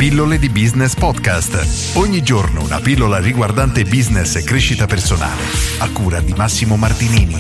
Pillole di Business Podcast. Ogni giorno una pillola riguardante business e crescita personale. A cura di Massimo Martinini.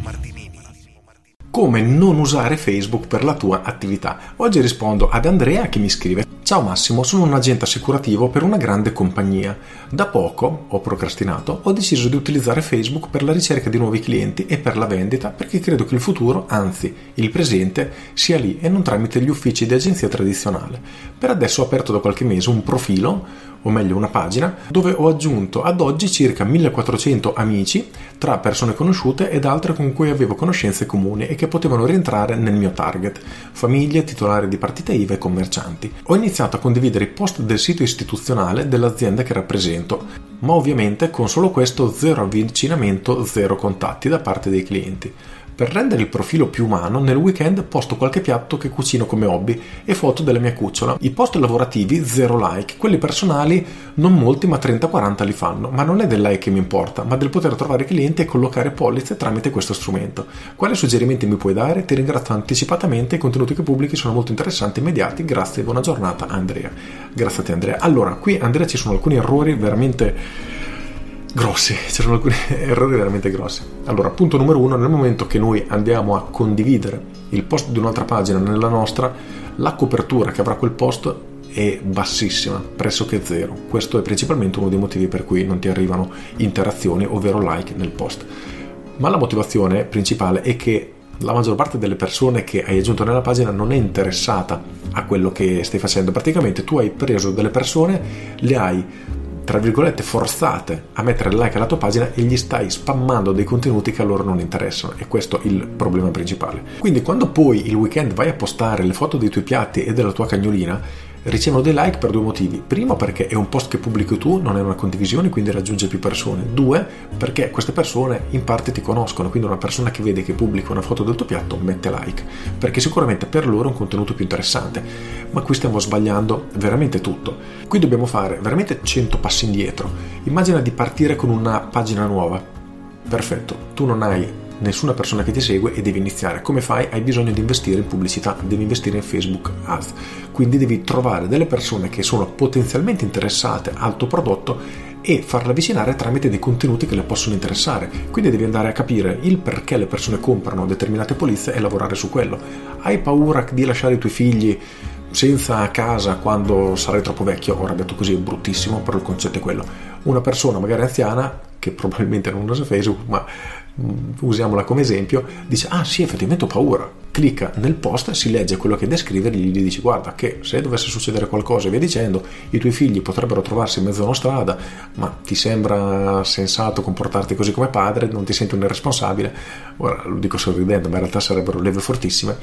Come non usare Facebook per la tua attività? Oggi rispondo ad Andrea che mi scrive: ciao Massimo, sono un agente assicurativo per una grande compagnia. Da poco ho procrastinato, ho deciso di utilizzare Facebook per la ricerca di nuovi clienti e per la vendita, perché credo che il futuro, anzi il presente, sia lì e non tramite gli uffici di agenzia tradizionale. Per adesso ho aperto da qualche mese un profilo, o meglio una pagina, dove ho aggiunto ad oggi circa 1400 amici tra persone conosciute ed altre con cui avevo conoscenze comuni e che potevano rientrare nel mio target: famiglie, titolari di partita IVA e commercianti. Ho iniziato a condividere i post del sito istituzionale dell'azienda che rappresento, ma ovviamente con solo questo zero avvicinamento, zero contatti da parte dei clienti. Per rendere il profilo più umano, nel weekend posto qualche piatto che cucino come hobby e foto della mia cucciola. I post lavorativi zero like, quelli personali non molti ma 30-40 li fanno, ma non è del like che mi importa, ma del poter trovare clienti e collocare polizze tramite questo strumento. Quali suggerimenti mi puoi dare? Ti ringrazio anticipatamente, i contenuti che pubblichi sono molto interessanti e immediati, grazie e buona giornata Andrea. Grazie a te Andrea. Allora, qui Andrea ci sono alcuni errori veramente grossi, c'erano alcuni errori veramente grossi. Allora, punto numero 1, nel momento che noi andiamo a condividere il post di un'altra pagina nella nostra, la copertura che avrà quel post è bassissima, pressoché zero. Questo è principalmente uno dei motivi per cui non ti arrivano interazioni, ovvero like nel post. Ma la motivazione principale è che la maggior parte delle persone che hai aggiunto nella pagina non è interessata a quello che stai facendo. Praticamente tu hai preso delle persone, le hai tra virgolette forzate a mettere il like alla tua pagina e gli stai spammando dei contenuti che a loro non interessano, e questo è il problema principale. Quindi quando poi il weekend vai a postare le foto dei tuoi piatti e della tua cagnolina, ricevono dei like per due motivi: primo, perché è un post che pubblichi tu, non è una condivisione, quindi raggiunge più persone; due, perché queste persone in parte ti conoscono, quindi una persona che vede che pubblica una foto del tuo piatto mette like, perché sicuramente per loro è un contenuto più interessante. Ma qui stiamo sbagliando veramente tutto. Qui dobbiamo fare veramente 100 passi indietro. Immagina di partire con una pagina nuova. Perfetto, tu non hai nessuna persona che ti segue e devi iniziare. Come fai? Hai bisogno di investire in pubblicità, devi investire in Facebook Ads, quindi devi trovare delle persone che sono potenzialmente interessate al tuo prodotto e farle avvicinare tramite dei contenuti che le possono interessare. Quindi devi andare a capire il perché le persone comprano determinate polizze e lavorare su quello. Hai paura di lasciare i tuoi figli senza casa quando sarai troppo vecchio? Ora, detto così è bruttissimo, però il concetto è quello. Una persona magari anziana che probabilmente non usa Facebook, ma usiamola come esempio, dice: ah sì, effettivamente ho paura, clicca nel post, si legge quello che descrive e gli dici: guarda che se dovesse succedere qualcosa e via dicendo, i tuoi figli potrebbero trovarsi in mezzo a una strada, ma ti sembra sensato comportarti così come padre? Non ti senti un irresponsabile? Ora lo dico sorridendo, ma in realtà sarebbero leve fortissime.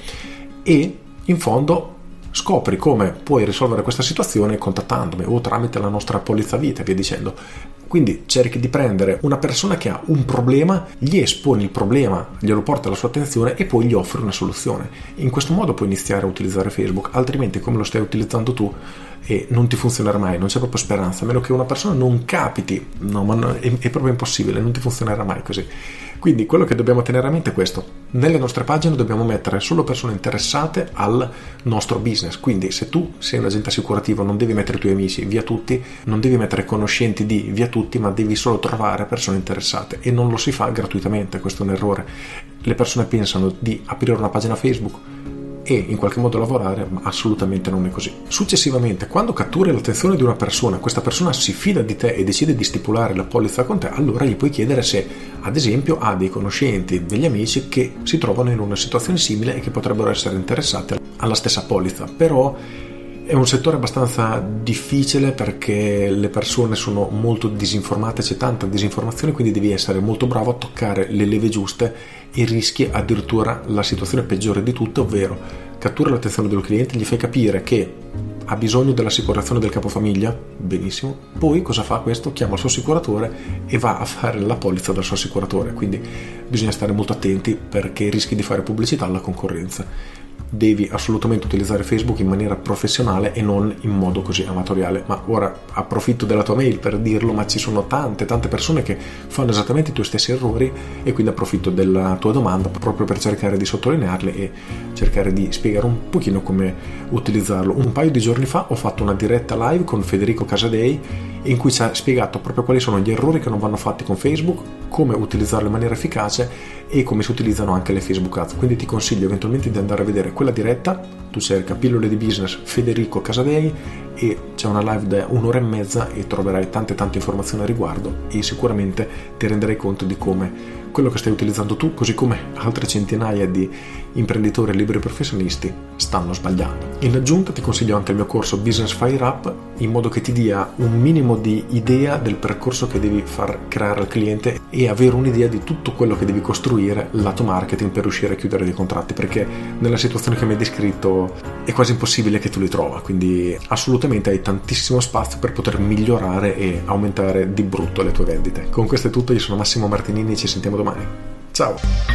E in fondo scopri come puoi risolvere questa situazione contattandomi o tramite la nostra polizza vita e via dicendo. Quindi cerchi di prendere una persona che ha un problema, gli esponi il problema, glielo porta alla sua attenzione e poi gli offri una soluzione. In questo modo puoi iniziare a utilizzare Facebook, altrimenti come lo stai utilizzando tu non ti funzionerà mai, non c'è proprio speranza, a meno che una persona non capiti, no, ma è proprio impossibile, non ti funzionerà mai così. Quindi quello che dobbiamo tenere a mente è questo: nelle nostre pagine dobbiamo mettere solo persone interessate al nostro business. Quindi se tu sei un agente assicurativo non devi mettere i tuoi amici via tutti, non devi mettere conoscenti di via tutti, ma devi solo trovare persone interessate, e non lo si fa gratuitamente. Questo è un errore. Le persone pensano di aprire una pagina Facebook e in qualche modo lavorare, ma assolutamente non è così. Successivamente, quando catturi l'attenzione di una persona, questa persona si fida di te e decide di stipulare la polizza con te, allora gli puoi chiedere se ad esempio ha dei conoscenti, degli amici che si trovano in una situazione simile e che potrebbero essere interessati alla stessa polizza. Però è un settore abbastanza difficile perché le persone sono molto disinformate, c'è tanta disinformazione, quindi devi essere molto bravo a toccare le leve giuste e rischi addirittura la situazione peggiore di tutte, ovvero cattura l'attenzione del cliente, gli fai capire che ha bisogno dell'assicurazione del capofamiglia, benissimo, poi cosa fa questo? Chiama il suo assicuratore e va a fare la polizza dal suo assicuratore, quindi bisogna stare molto attenti perché rischi di fare pubblicità alla concorrenza. devi assolutamente utilizzare Facebook in maniera professionale e non in modo così amatoriale. Ma ora approfitto della tua mail per dirlo, ma ci sono tante persone che fanno esattamente i tuoi stessi errori, e quindi approfitto della tua domanda proprio per cercare di sottolinearli e cercare di spiegare un pochino come utilizzarlo. Un paio di giorni fa ho fatto una diretta live con Federico Casadei in cui ci ha spiegato proprio quali sono gli errori che non vanno fatti con Facebook, come utilizzarlo in maniera efficace e come si utilizzano anche le Facebook Ads. Quindi ti consiglio eventualmente di andare a vedere quella diretta. Tu cerca Pillole di Business Federico Casadei e c'è una live da 1 ora e mezza e troverai tante informazioni a riguardo, e sicuramente ti renderai conto di come quello che stai utilizzando tu, così come altre centinaia di imprenditori e liberi professionisti, stanno sbagliando. In aggiunta ti consiglio anche il mio corso Business Fire Up, in modo che ti dia un minimo di idea del percorso che devi far creare al cliente e avere un'idea di tutto quello che devi costruire lato marketing per riuscire a chiudere dei contratti, perché nella situazione che mi hai descritto è quasi impossibile che tu li trova. Quindi assolutamente hai tantissimo spazio per poter migliorare e aumentare di brutto le tue vendite. Con questo è tutto, io sono Massimo Martinini e ci sentiamo domani. Ciao!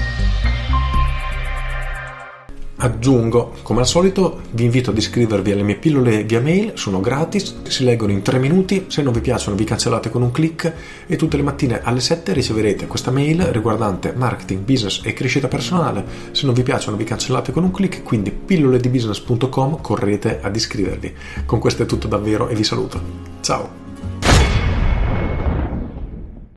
Aggiungo, come al solito, vi invito ad iscrivervi alle mie pillole via mail, sono gratis, si leggono in 3 minuti, se non vi piacciono vi cancellate con un click, e tutte le mattine alle 7 riceverete questa mail riguardante marketing, business e crescita personale. Se non vi piacciono vi cancellate con un click, quindi pilloledibusiness.com, correte ad iscrivervi. Con questo è tutto davvero e vi saluto. Ciao!